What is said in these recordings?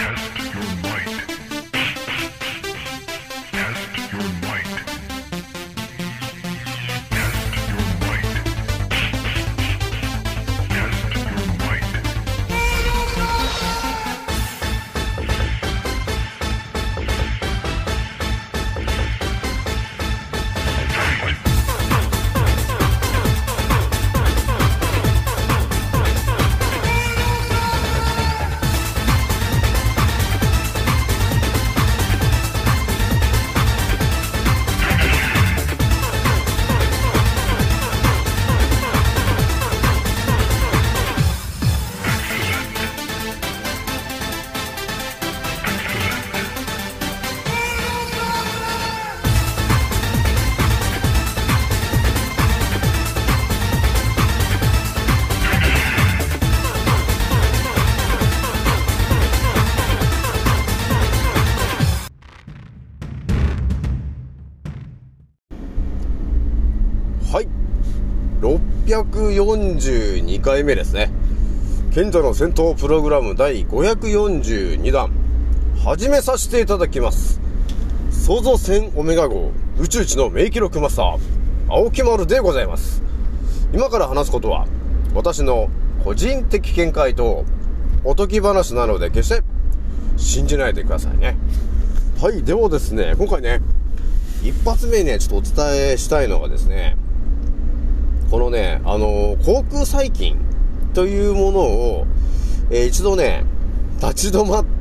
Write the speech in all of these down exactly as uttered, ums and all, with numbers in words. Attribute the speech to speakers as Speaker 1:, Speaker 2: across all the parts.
Speaker 1: はい、ろっぴゃくよんじゅうにかいめですね。賢者の戦闘プログラムだいごひゃくよんじゅうにだん始めさせていただきます。創造船オメガ号宇宙一の名記録マスター青木丸でございます。今から話すことは私の個人的見解とおとぎ話なので決して信じないでくださいね。はい、ではですね、今回ね一発目にねちょっとお伝えしたいのがですね、このね、あのー、航空細菌というものを、えー、一度ね、立ち止まって、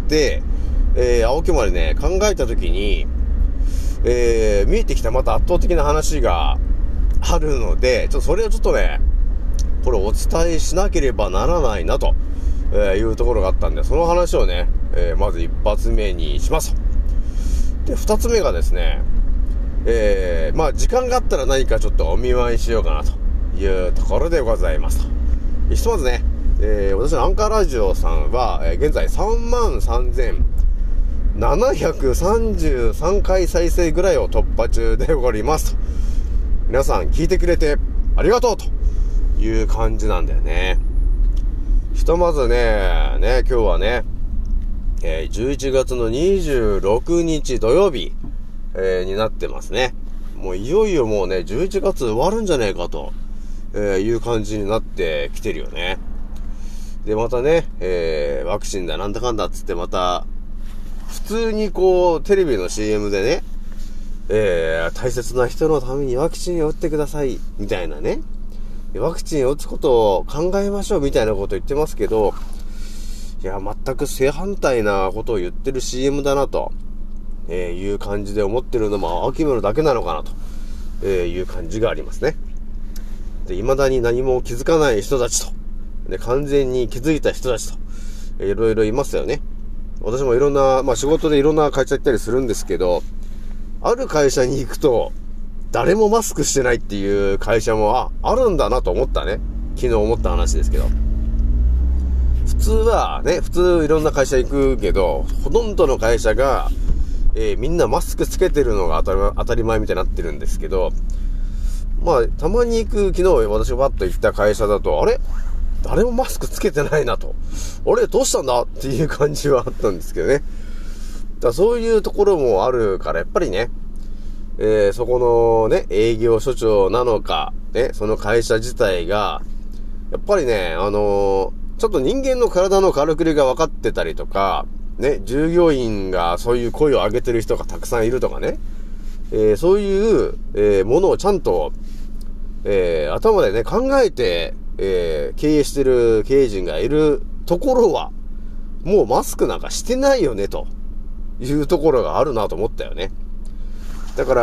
Speaker 1: えー、青木までね、考えたときに、えー、見えてきたまた圧倒的な話があるので、ちょっとそれをちょっとね、これお伝えしなければならないなというところがあったんで、その話をね、えー、まず一発目にします。で、二つ目がですね、えー、まあ時間があったら何かちょっとお見舞いしようかなというところでございますと。ひとまずね、えー、私のアンカーラジオさんは、えー、現在 さんまんさんぜんななひゃくさんじゅうさんかい再生ぐらいを突破中でおりますと。皆さん聞いてくれてありがとうという感じなんだよね。ひとまずね、ね、今日はね、えー、じゅういちがつのにじゅうろくにち土曜日、えー、になってますね。もういよいよもうね、じゅういちがつ終わるんじゃねえかと、えー、いう感じになってきてるよね。で、またね、えー、ワクチンだなんだかんだっつってまた、普通にこう、テレビの シーエム でね、えー、大切な人のためにワクチンを打ってください、みたいなね。ワクチンを打つことを考えましょう、みたいなこと言ってますけど、いや、全く正反対なことを言ってる シーエム だなと。えー、いう感じで思ってるのも青木村だけなのかなと、えー、いう感じがありますね。で、未だに何も気づかない人たちと、で、完全に気づいた人たちと、えー、いろいろいますよね。私もいろんな、まあ仕事でいろんな会社行ったりするんですけど、ある会社に行くと、誰もマスクしてないっていう会社も、あ、あるんだなと思ったね。昨日思った話ですけど。普通はね、普通いろんな会社行くけど、ほとんどの会社が、えー、みんなマスクつけてるのが当たり、当たり前みたいになってるんですけど、まあ、たまに行く、昨日私がバッと行った会社だと、あれ誰もマスクつけてないなと。あれどうしたんだっていう感じはあったんですけどね。だからそういうところもあるから、やっぱりね、えー、そこのね、営業所長なのか、ね、その会社自体が、やっぱりね、あのー、ちょっと人間の体のからくりが分かってたりとか、ね、従業員がそういう声を上げてる人がたくさんいるとかね、えー、そういう、えー、ものをちゃんと、えー、頭でね、考えて、えー、経営してる経営陣がいるところは、もうマスクなんかしてないよね、というところがあるなと思ったよね。だから、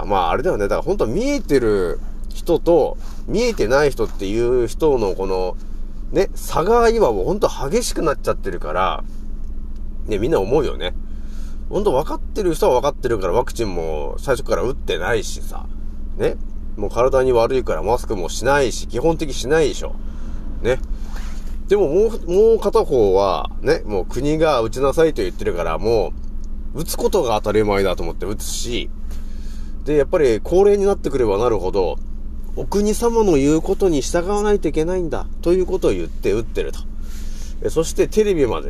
Speaker 1: まああれだよね、だから本当見えてる人と見えてない人っていう人のこの、ね、差が今もう本当激しくなっちゃってるから、ね、みんな思うよね。ほんと分かってる人は分かってるからワクチンも最初から打ってないしさ。ね。もう体に悪いからマスクもしないし、基本的しないでしょ。ね。でももう、もう片方は、ね、もう国が打ちなさいと言ってるから、もう、打つことが当たり前だと思って打つし、で、やっぱり高齢になってくればなるほど、お国様の言うことに従わないといけないんだ、ということを言って打ってると。そしてテレビまでね、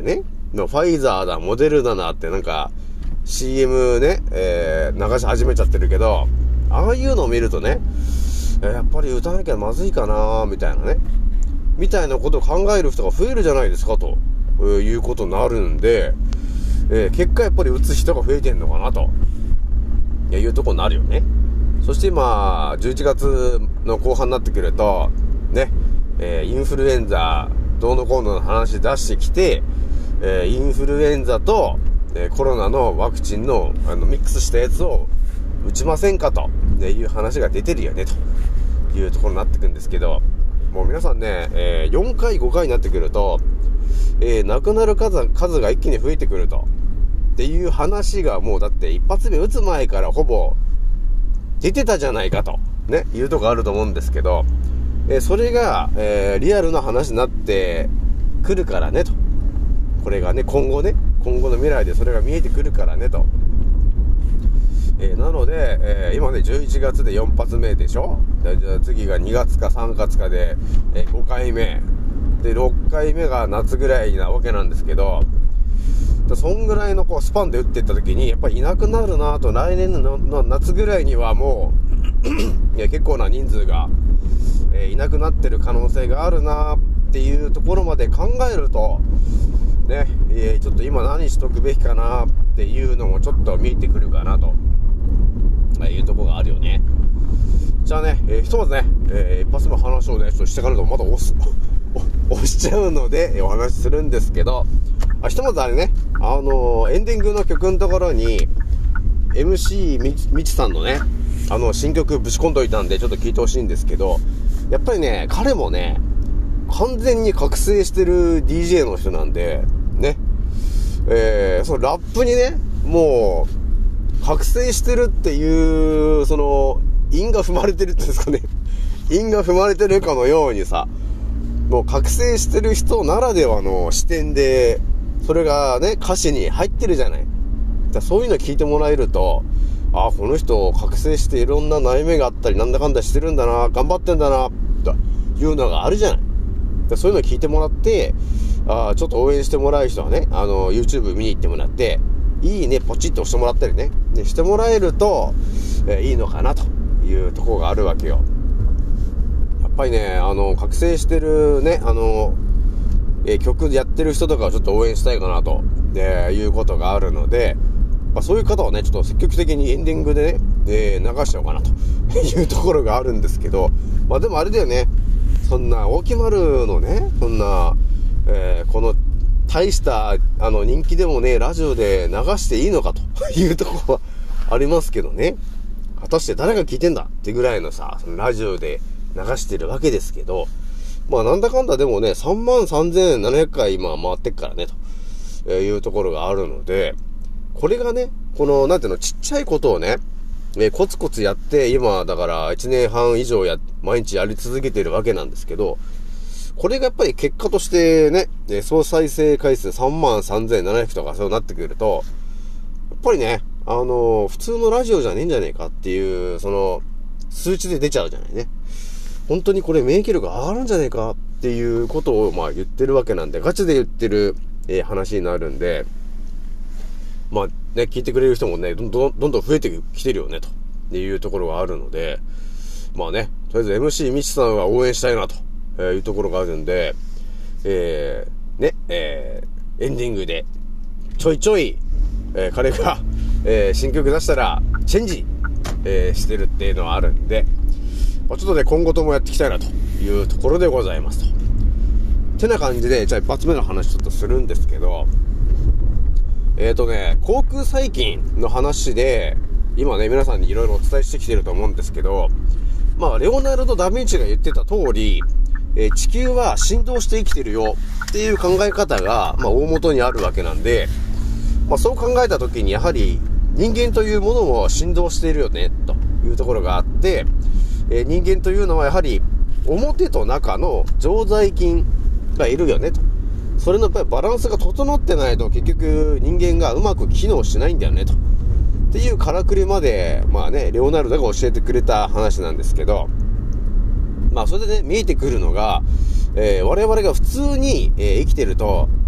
Speaker 1: のファイザーだ、モデルナだってなんか シーエム ね、えー、流し始めちゃってるけど、ああいうのを見るとね、やっぱり打たなきゃまずいかなみたいなね、みたいなことを考える人が増えるじゃないですかと、えー、いうことになるんで、えー、結果やっぱり打つ人が増えてんのかなというところになるよね。そして今じゅういちがつの後半になってくるとね、えー、インフルエンザどうのこうのの話出してきて、えー、インフルエンザと、えー、コロナのワクチンの、あのミックスしたやつを打ちませんかという話が出てるよねというところになってくるんですけど、もう皆さんね、えー、よんかいごかいになってくると、えー、亡くなる数、数が一気に増えてくるとっていう話がもうだって一発目打つ前からほぼ出てたじゃないかとね、いうとこあると思うんですけど、えー、それが、えー、リアルな話になってくるからねと、これがね今後ね今後の未来でそれが見えてくるからねと、えー、なので、えー、今ねじゅういちがつでよんぱつめでしょ。でじゃあ次がにがつかさんがつかで、えー、ごかいめでろっかいめが夏ぐらいなわけなんですけど、そんぐらいのこうスパンで打っていった時にやっぱりいなくなるなと、来年のの夏ぐらいにはもういや結構な人数が、えー、いなくなってる可能性があるなっていうところまで考えるとね、えー、ちょっと今何しとくべきかなっていうのもちょっと見えてくるかなと、まあ、いうところがあるよね。じゃあね、えー、ひとまずね、えー、一発目の話をねちょっとしてからとまた押す押しちゃうのでお話しするんですけど、あひとまずあれね、あのー、エンディングの曲のところに エムシー み, みちさんのねあの新曲ぶち込んどいたんでちょっと聞いてほしいんですけど、やっぱりね彼もね完全に覚醒してる ディージェー の人なんでね、えー、そのラップにねもう覚醒してるっていうその韻が踏まれてるっていうんですかね韻が踏まれてるかのようにさ、もう覚醒してる人ならではの視点でそれがね歌詞に入ってるじゃない。だそういうの聞いてもらえると、あこの人覚醒していろんな悩みがあったりなんだかんだしてるんだな、頑張ってんだなというのがあるじゃない。だそういうの聞いてもらって、あちょっと応援してもらう人はね、あの YouTube 見に行ってもらっていいねポチッと押してもらったりね、でしてもらえると、えー、いいのかなというところがあるわけよ。やっぱりねあの覚醒してるねあの、えー、曲やってる人とかをちょっと応援したいかなと、えー、いうことがあるので、まあ、そういう方はねちょっと積極的にエンディングでね、えー、流しちゃおうかなというところがあるんですけど、まあでもあれだよね、そんな大木丸のねそんな、えー、この大したあの人気でもねラジオで流していいのかというところはありますけどね、果たして誰が聞いてんだってぐらいのさそのラジオで流してるわけですけど、まあなんだかんだでもねさんまんさんぜんななひゃくかい今回ってっからねというところがあるので、これがねこのなんていうのちっちゃいことをね、えー、コツコツやって今だからいちねんはん以上や毎日やり続けてるわけなんですけど、これがやっぱり結果としてね、えー、総再生回数さんまんさんぜんななひゃくとかそうなってくると、やっぱりねあのー、普通のラジオじゃねえんじゃねえかっていうその数値で出ちゃうじゃないね。本当にこれ免疫力上がるんじゃねえかっていうことをまあ言ってるわけなんで、ガチで言ってる、えー、話になるんで、まあね聞いてくれる人もねどんどんどんどん増えてきてるよねというところがあるので、まあねとりあえず エムシー みちさんは応援したいなというところがあるんで、えー、ねえー、エンディングでちょいちょい、えー、彼が、えー、新曲出したらチェンジ、えー、してるっていうのはあるんで、まあ、ちょっとね今後ともやっていきたいなというところでございますと。てな感じでじゃあ一発目の話ちょっとするんですけど、えーとね航空細菌の話で今ね皆さんにいろいろお伝えしてきてると思うんですけど、まあレオナルド・ダ・ヴィンチが言ってた通り、えー、地球は振動して生きてるよっていう考え方がまあ大元にあるわけなんで、まあそう考えた時にやはり人間というものも振動しているよねというところがあって、えー、人間というのはやはり表と中の常在菌がいるよねと。それのやっぱりバランスが整ってないと結局人間がうまく機能しないんだよねと。っていうからくりまでまあねレオナルドが教えてくれた話なんですけど、まあそれでね見えてくるのが、えー、我々が普通に、えー、生きてると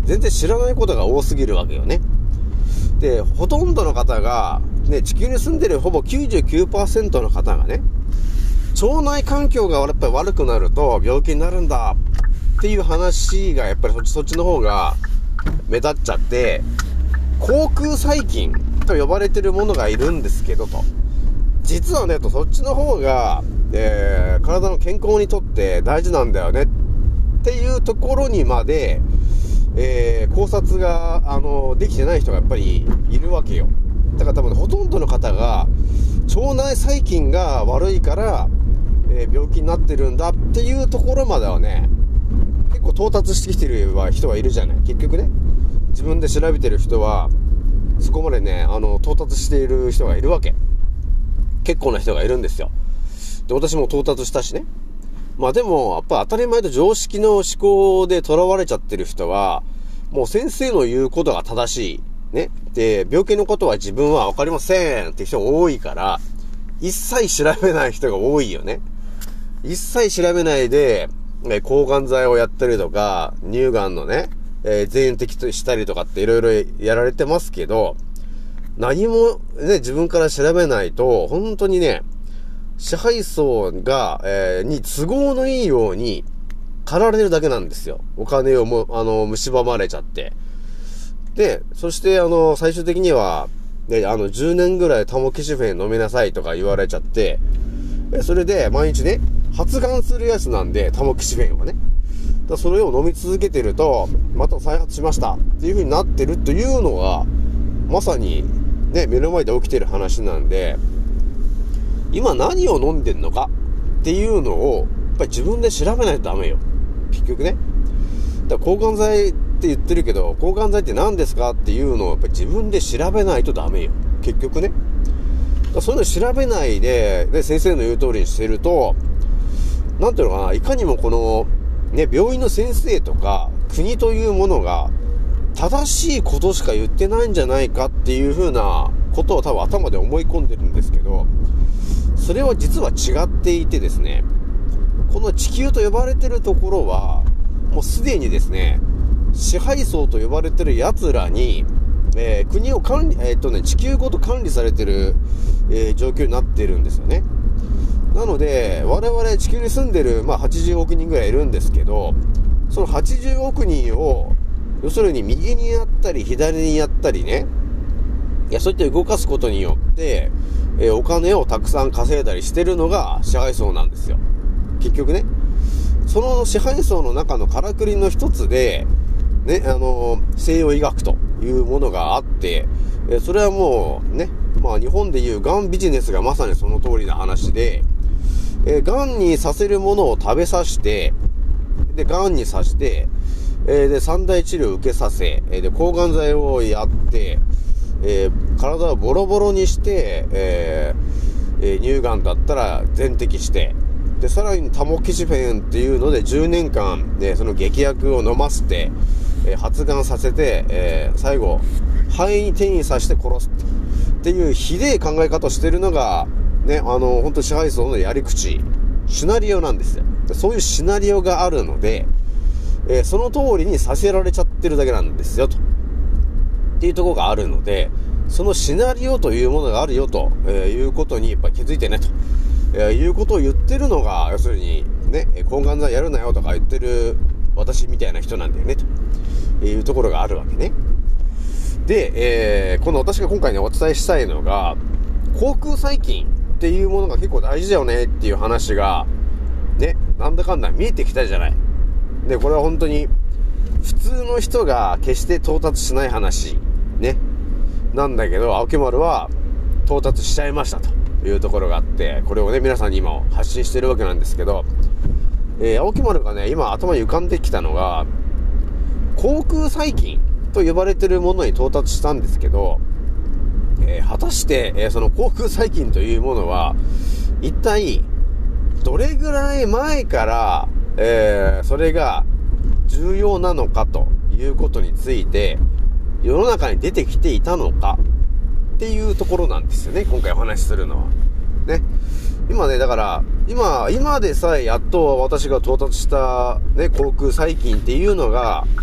Speaker 1: 全然知らないことが多すぎるわけよね。で、ほとんどの方が、ね、地球に住んでるほぼ きゅうじゅうきゅうパーセント の方がね、腸内環境がやっぱり悪くなると病気になるんだっていう話がやっぱりそっち、そっちの方が目立っちゃって、口腔細菌と呼ばれてるものがいるんですけどと。実はね、とそっちの方が、えー、体の健康にとって大事なんだよねっていうところにまで、えー、考察が、あの、できてない人がやっぱりいるわけよ。だから多分ほとんどの方が腸内細菌が悪いから、えー、病気になってるんだっていうところまではね、結構到達してきてる人はいるじゃない。結局ね、自分で調べてる人はそこまでね、あの到達している人がいるわけ。結構な人がいるんですよ。で、私も到達したしね。まあでもやっぱ当たり前と常識の思考で囚われちゃってる人は、もう先生の言うことが正しいね。で、病気のことは自分は分かりませんって人が多いから、一切調べない人が多いよね。一切調べないで、ね、抗がん剤をやったりとか、乳がんのね、えー、全摘としたりとかっていろいろやられてますけど、何もね、自分から調べないと、本当にね、支配層が、えー、に都合のいいように駆られるだけなんですよ。お金をも、あの、蝕まれちゃって。で、そして、あの、最終的には、ね、あの、じゅうねんぐらいタモキシフェン飲みなさいとか言われちゃって、それで毎日ね、発がんするやつなんで、タモキシフェンはね。だそれを飲み続けてると、また再発しましたっていう風になってるというのが、まさにね、目の前で起きてる話なんで、今何を飲んでんのかっていうのを、やっぱり自分で調べないとダメよ。結局ね。だから抗がん剤って言ってるけど、抗がん剤って何ですかっていうのをやっぱり自分で調べないとダメよ。結局ね。だそういうの調べないで、で、先生の言う通りにしてると、なんていうのかな、いかにもこの、ね、病院の先生とか、国というものが、正しいことしか言ってないんじゃないかっていう風なことを多分頭で思い込んでるんですけど、それは実は違っていてですね、この地球と呼ばれてるところは、もうすでにですね、支配層と呼ばれてる奴らに、えー、国を管理、えーっとね、地球ごと管理されてる、えー、状況になってるんですよね。なので、我々地球に住んでる、まあはちじゅうおくにんぐらいいるんですけど、そのはちじゅうおくにんを、要するに右にやったり左にやったりね、いや、そうやって動かすことによって、えー、お金をたくさん稼いだりしてるのが支配層なんですよ。結局ね。その支配層の中のからくりの一つで、ね、あのー、西洋医学というものがあって、えー、それはもうね、まあ日本でいうガンビジネスがまさにその通りな話で、えー、ガンにさせるものを食べさせて、で、ガンにさして、えー、で、三大治療を受けさせ、えー、で、抗がん剤をやって、えー、体をボロボロにして、えーえー、乳がんだったら全摘して、で、さらにタモキシフェンっていうのでじゅうねんかん、ね、その劇薬を飲ませて、えー、発がんさせて、えー、最後、肺に転移させて殺すっていうひでえ考え方をしてるのが、ね、あの、本当支配層のやり口、シナリオなんですよ。そういうシナリオがあるので、えー、その通りにさせられちゃってるだけなんですよ、と。っていうところがあるので、そのシナリオというものがあるよ、と、えー、いうことにやっぱり気づいてね、と、えー、いうことを言ってるのが、要するに、ね、抗がん剤やるなよとか言ってる私みたいな人なんだよね、というところがあるわけね。で、えー、この私が今回ね、お伝えしたいのが、口腔細菌っていうものが結構大事だよねっていう話が、ね、なんだかんだ見えてきたじゃない。で、これは本当に、普通の人が決して到達しない話、ね、なんだけど、青木丸は到達しちゃいましたというところがあって、これをね、皆さんに今発信してるわけなんですけど、えー、青木丸がね、今頭に浮かんできたのが、口腔細菌と呼ばれてるものに到達したんですけど、えー、果たして、えー、その口腔細菌というものは、一体、どれぐらい前から、えー、それが重要なのかということについて世の中に出てきていたのかっていうところなんですよね、今回お話しするのはね。今ね、だから今今でさえやっと私が到達したね、口腔細菌っていうのが、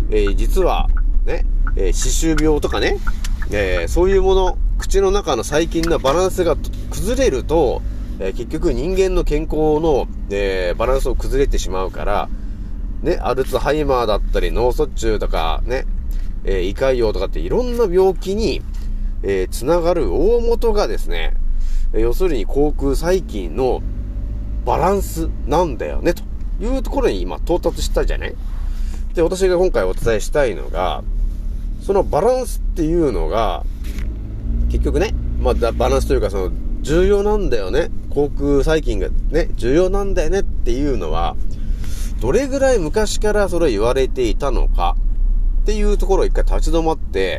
Speaker 1: えー、実は、ね、えー、歯周病とかね、えー、そういうもの、口の中の細菌のバランスが崩れると、えー、結局人間の健康の、えー、バランスを崩れてしまうから、ね、アルツハイマーだったり、脳卒中とか、ね、えー、胃潰瘍とかっていろんな病気に、えー、つながる大元がですね、えー、要するに口腔細菌のバランスなんだよね、というところに今到達したじゃない？で、私が今回お伝えしたいのが、そのバランスっていうのが、結局ね、まあ、バランスというかその、重要なんだよね。口腔細菌がね、重要なんだよねっていうのは、どれぐらい昔からそれを言われていたのかっていうところを一回立ち止まって、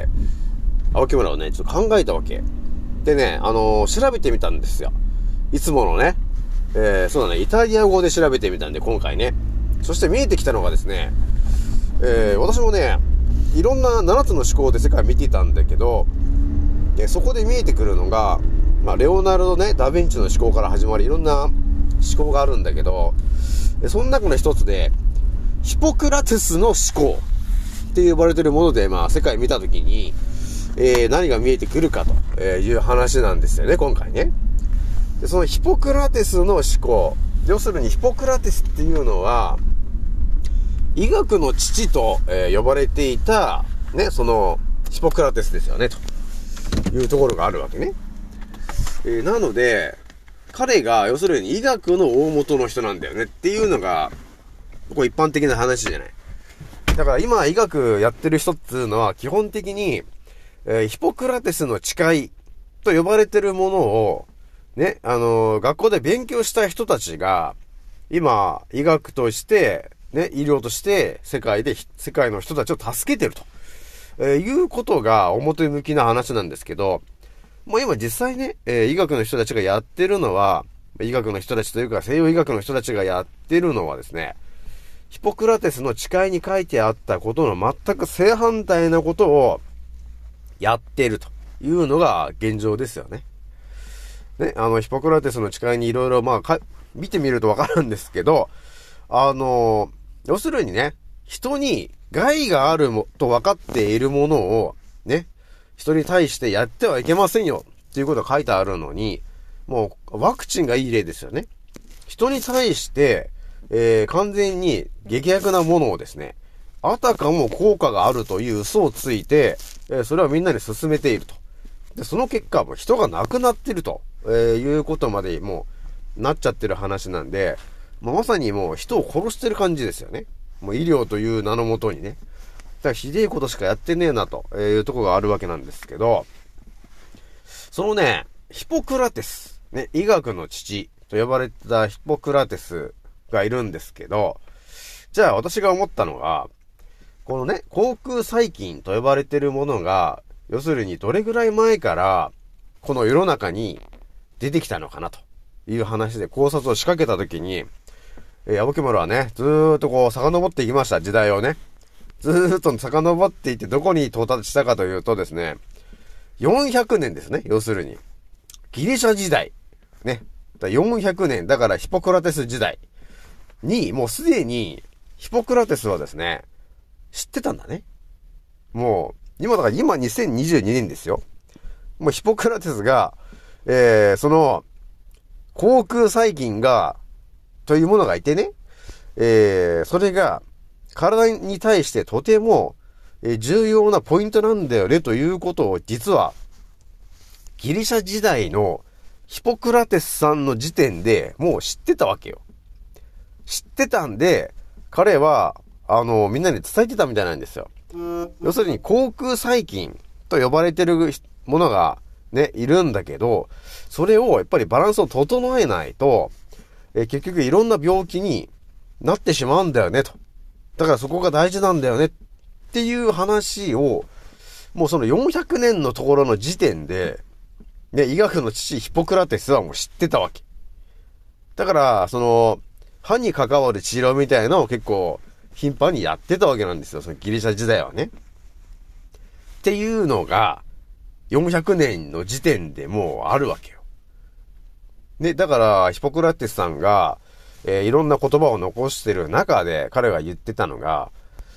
Speaker 1: 青木村をね、ちょっと考えたわけ。でね、あのー、調べてみたんですよ。いつものね、えー、そうだね、イタリア語で調べてみたんで、今回ね。そして見えてきたのがですね、えー、私もね、いろんなななつの思考で世界見ていたんだけど、でそこで見えてくるのが、まあ、レオナルドね、ダヴィンチの思考から始まり、いろんな思考があるんだけど、その中の一つで、ヒポクラテスの思考って呼ばれているもので、まあ、世界見たときに、えー、何が見えてくるかという話なんですよね、今回ね。で、そのヒポクラテスの思考。要するにヒポクラテスっていうのは、医学の父と、えー、呼ばれていた、ね、その、ヒポクラテスですよね、というところがあるわけね。えー、なので、彼が、要するに医学の大元の人なんだよねっていうのが、こう一般的な話じゃない。だから今医学やってる人っていうのは、基本的に、えー、ヒポクラテスの誓いと呼ばれてるものを、ね、あのー、学校で勉強した人たちが、今、医学として、ね、医療として世界で、世界の人たちを助けてると、えー、いうことが表向きな話なんですけど、もう今実際ね、えー、医学の人たちがやってるのは、医学の人たちというか西洋医学の人たちがやってるのはですね、ヒポクラテスの誓いに書いてあったことの全く正反対なことをやっているというのが現状ですよね。ね、あの、ヒポクラテスの誓いにいろいろまあか、見てみるとわかるんですけど、あの、要するにね、人に害があるもと分かっているものをね、人に対してやってはいけませんよっていうことが書いてあるのに、もうワクチンがいい例ですよね。人に対して、えー、完全に劇薬なものをですね、あたかも効果があるという嘘をついて、えー、それをみんなに勧めていると。で、その結果、もう人が亡くなっていると、えー、いうことまでもうなっちゃってる話なんで、まあ、まさにもう人を殺してる感じですよね。もう医療という名のもとにね。だからひでえことしかやってねえなというところがあるわけなんですけど、そのね、ヒポクラテス、ね、医学の父と呼ばれたヒポクラテスがいるんですけど、じゃあ私が思ったのが、このね、口腔細菌と呼ばれてるものが、要するにどれぐらい前からこの世の中に出てきたのかなという話で考察を仕掛けたときに、えー、青木丸はね、ずーっとこう遡っていきました、時代をね。ずーっと遡っていってどこに到達したかというとですね、よんひゃくねんですね、要するに。ギリシャ時代。ね。よんひゃくねん、だからヒポクラテス時代に、もうすでにヒポクラテスはですね、知ってたんだね。もう、今だから今にせんにじゅうにねんですよ。もうヒポクラテスが、えー、その、口腔細菌が、というものがいてね、えー、それが体に対してとても、えー、重要なポイントなんだよねということを実はギリシャ時代のヒポクラテスさんの時点でもう知ってたわけよ。知ってたんで、彼はあのみんなに伝えてたみたいなんですよ。要するに口腔細菌と呼ばれてるものがね、いるんだけど、それをやっぱりバランスを整えないと、えー、結局いろんな病気になってしまうんだよねと。だからそこが大事なんだよねっていう話を、もうそのよんひゃくねんのところの時点で、ね、医学の父ヒポクラテスはもう知ってたわけ。だから、その、歯に関わる治療みたいなのを結構頻繁にやってたわけなんですよ。そのギリシャ時代はね。っていうのが、よんひゃくねんの時点でもうあるわけよ。ね、だから、ヒポクラテスさんが、えー、いろんな言葉を残してる中で、彼が言ってたのが、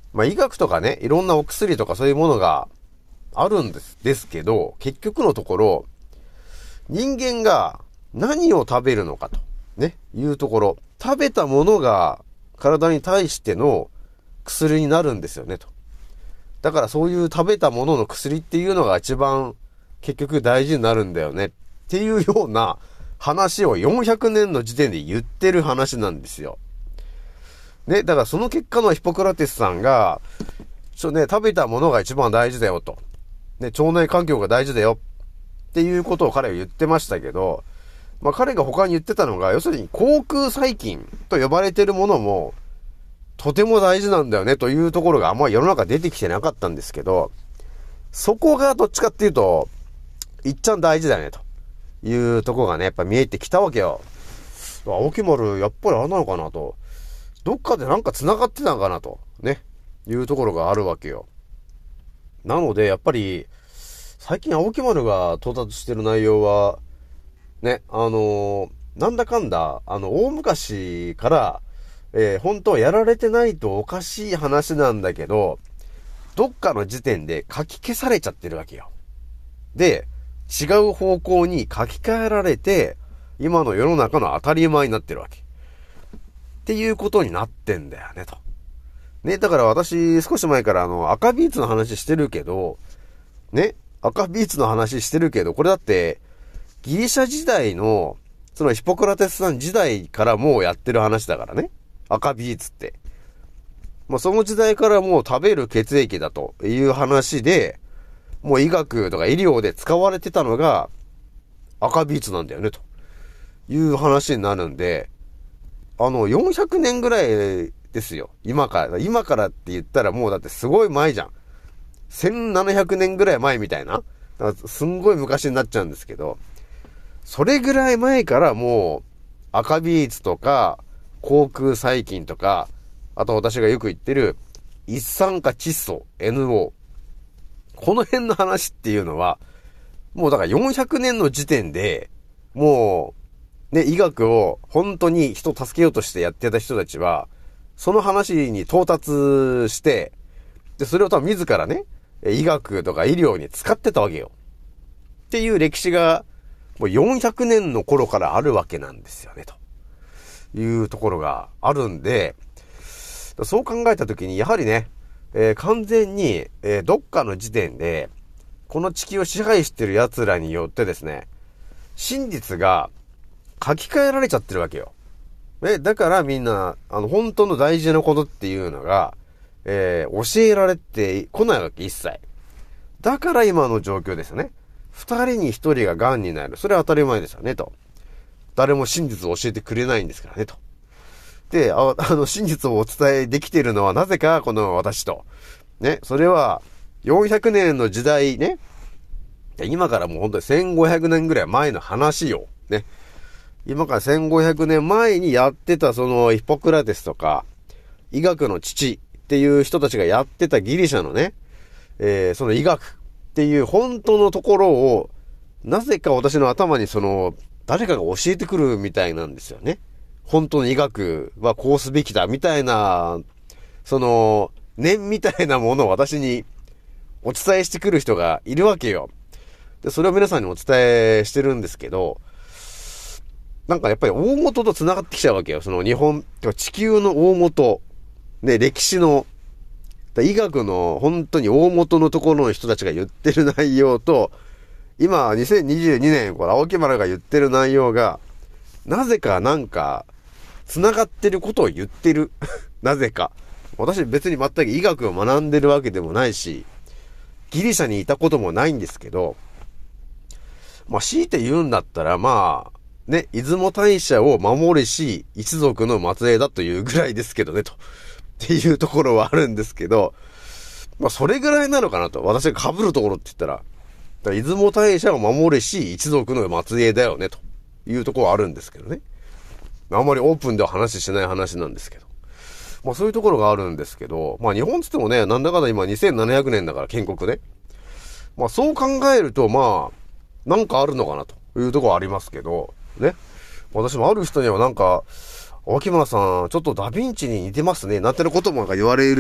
Speaker 1: まあ医学とかね、いろんなお薬とかそういうものがあるんです、ですけど、結局のところ、人間が何を食べるのかと、ね、いうところ、食べたものが体に対しての薬になるんですよね、と。だからそういう食べたものの薬っていうのが一番結局大事になるんだよねっていうような話をよんひゃくねんの時点で言ってる話なんですよ。ね、だからその結果のヒポクラテスさんが、ちょね、食べたものが一番大事だよと。ね、腸内環境が大事だよっていうことを彼は言ってましたけど、まあ彼が他に言ってたのが、要するに口腔細菌と呼ばれてるものもとても大事なんだよねというところがあんまり世の中出てきてなかったんですけど、そこがどっちかっていうと、いっちゃん大事だよねというところがね、やっぱ見えてきたわけよ。青木丸、やっぱりあれなのかなと。どっかでなんか繋がってたのかなと。ね。いうところがあるわけよ。なので、やっぱり、最近青木丸が到達してる内容は、ね、あのー、なんだかんだ、あの、大昔から、えー、本当はやられてないとおかしい話なんだけど、どっかの時点で書き消されちゃってるわけよ。で、違う方向に書き換えられて、今の世の中の当たり前になってるわけ。っていうことになってんだよね、と。ね、だから私、少し前からあの、赤ビーツの話してるけど、ね、赤ビーツの話してるけど、これだって、ギリシャ時代の、そのヒポクラテスさん時代からもうやってる話だからね。赤ビーツって。まあ、その時代からもう食べる血液だという話で、もう医学とか医療で使われてたのが赤ビーツなんだよね、という話になるんで、あの、よんひゃくねんぐらいですよ。今から。今からって言ったらもうだってすごい前じゃん。せんななひゃくねんぐらい前みたいな。だからすんごい昔になっちゃうんですけど、それぐらい前からもう赤ビーツとか口腔細菌とか、あと私がよく言ってる一酸化窒素 エヌオー。この辺の話っていうのは、もうだからよんひゃくねんの時点で、もう、ね、医学を本当に人を助けようとしてやってた人たちは、その話に到達して、で、それを多分自らね、医学とか医療に使ってたわけよ。っていう歴史が、もうよんひゃくねんの頃からあるわけなんですよね、というところがあるんで、そう考えたときに、やはりね、えー、完全に、えー、どっかの時点で、この地球を支配してる奴らによってですね、真実が書き換えられちゃってるわけよ。え、だからみんな、あの、本当の大事なことっていうのが、えー、教えられてこないわけ、一切。だから今の状況ですよね。二人に一人が癌になる。それは当たり前ですよね、と。誰も真実を教えてくれないんですからね、と。で、あ, あの、真実をお伝えできているのはなぜか、この私と。ね、それは、よんひゃくねんの時代ね。今からもう本当にせんごひゃくねんぐらい前の話よ。ね。今からせんごひゃくねんまえにやってたそのヒポクラテスとか、医学の父っていう人たちがやってたギリシャのね、えー、その医学っていう本当のところを、なぜか私の頭にその、誰かが教えてくるみたいなんですよね。本当の医学はこうすべきだみたいな、その、念みたいなものを私にお伝えしてくる人がいるわけよ。で、それを皆さんにお伝えしてるんですけど、なんかやっぱり大元と繋がってきちゃうわけよ。その日本、地球の大元、ね、歴史の、医学の本当に大元のところの人たちが言ってる内容と、今、にせんにじゅうにねん、これ、青木丸が言ってる内容が、なぜかなんか、繋がってることを言ってる。なぜか。私別に全く医学を学んでるわけでもないし、ギリシャにいたこともないんですけど、まあ、強いて言うんだったら、まあ、ね、出雲大社を守りし一族の末裔だというぐらいですけどね、と。っていうところはあるんですけど、まあ、それぐらいなのかなと。私が被るところって言ったら、だから出雲大社を守りし一族の末裔だよね、というところはあるんですけどね。あんまりオープンでは話しない話なんですけど。まあそういうところがあるんですけど、まあ日本つってもね、なんだかんだ今にせんななひゃくねんだから建国ね。まあそう考えると、まあ、なんかあるのかなというところはありますけど、ね。私もある人にはなんか、青木村さん、ちょっとダヴィンチに似てますね、なんてのこともなんか言われる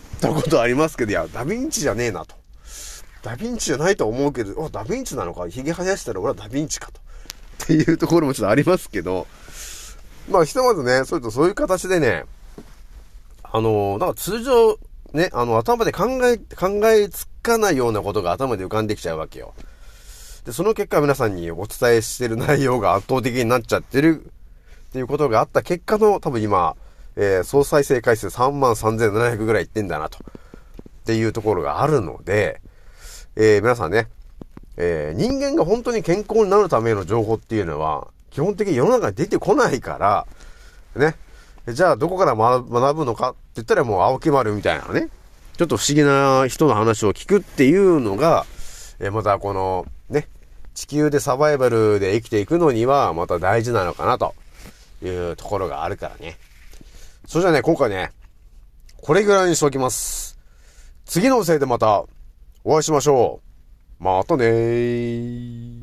Speaker 1: たことありますけど、いや、ダヴィンチじゃねえなと。ダヴィンチじゃないと思うけど、あ、ダヴィンチなのか、髭生やしたら俺はダヴィンチかと。っていうところもちょっとありますけど、まあ、ひとまずね、それとそういう形でね、あのー、なんか通常、ね、あの、頭で考え、考えつかないようなことが頭で浮かんできちゃうわけよ。で、その結果皆さんにお伝えしてる内容が圧倒的になっちゃってるっていうことがあった結果の、多分今、えー、総再生回数さんまんさんぜんななひゃくぐらいいってんだなと。っていうところがあるので、えー、皆さんね、えー、人間が本当に健康になるための情報っていうのは、基本的に世の中に出てこないから、ね。じゃあ、どこから学ぶのかって言ったらもう青木丸みたいなね、ちょっと不思議な人の話を聞くっていうのが、えー、またこの、ね、地球でサバイバルで生きていくのには、また大事なのかなというところがあるからね。それじゃあね、今回ね、これぐらいにしておきます。次のせいでまたお会いしましょう。またねー。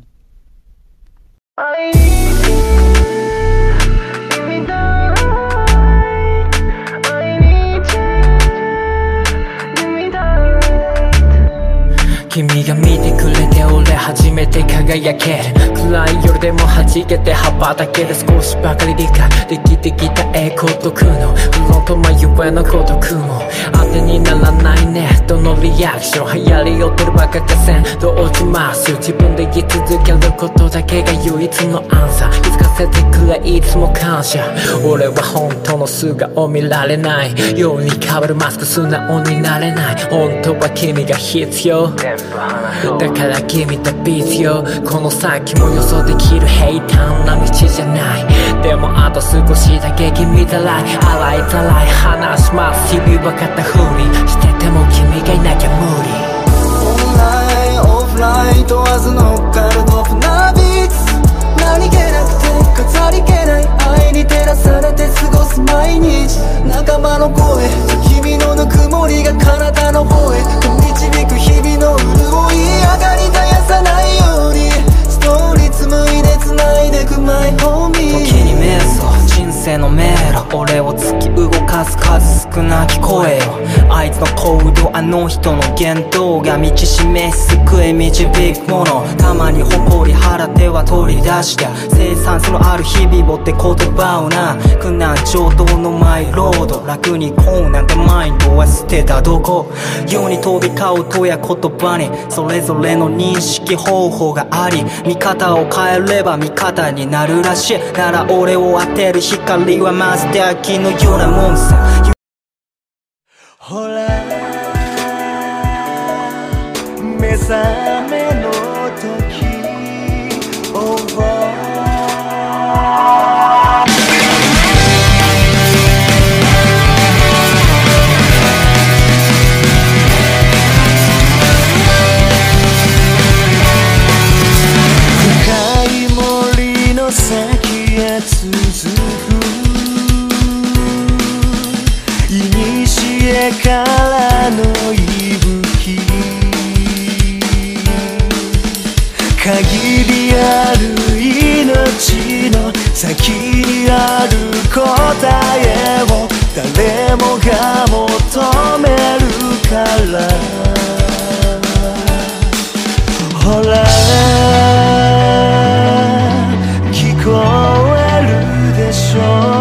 Speaker 2: 君が見てくれて俺初めて輝ける。暗い夜でも弾けて羽ばたける。少しばかり理解できてきた栄光と苦悩、フロント眉毛の孤独も当てにならないね。どのリアクション流行り寄ってるバカかせんと落ちますよ。自分で言い続けることだけが唯一のアンサー。気づかせてくれいつも感謝。俺は本当の素顔見られないように変わるマスク素直になれない。本当は君が必要だから君と必要。この先も予想できる平坦な道じゃない。でもあと少しだけ君たらい洗いざらい話します。日々分かったふりしてても君がいなきゃ無理。
Speaker 3: オンラインオフライン問わず乗っかるトップなビーツ。何気なくて飾り気ない愛に照らされて過ごす毎日。仲間の声君のぬくもりが体の方へ導く日々の潤い。上がり絶やさないようにストーリー紡いで繋いでくマイホーミー。時に瞑想人生の迷路、俺を突き動かす数少なき声よ。あいつの行動あの人の言動が道示し救い導くもの。たまに誇り払っては取り出した生産性のある日々をって言葉をな。苦難上等のマイロード楽にこうなんてマインドは捨てたどこ。世に飛び交うとや言葉にそれぞれの認識方法があり、見方を変えれば味方になるらしい。なら俺を当てる光はまるで秋のようなもんさ。ほら目覚めの時、oh, oh. 深い森の先へ続く古からの息吹、限りある命の先にある答えを誰もが求めるから。ほら聞こえるでしょう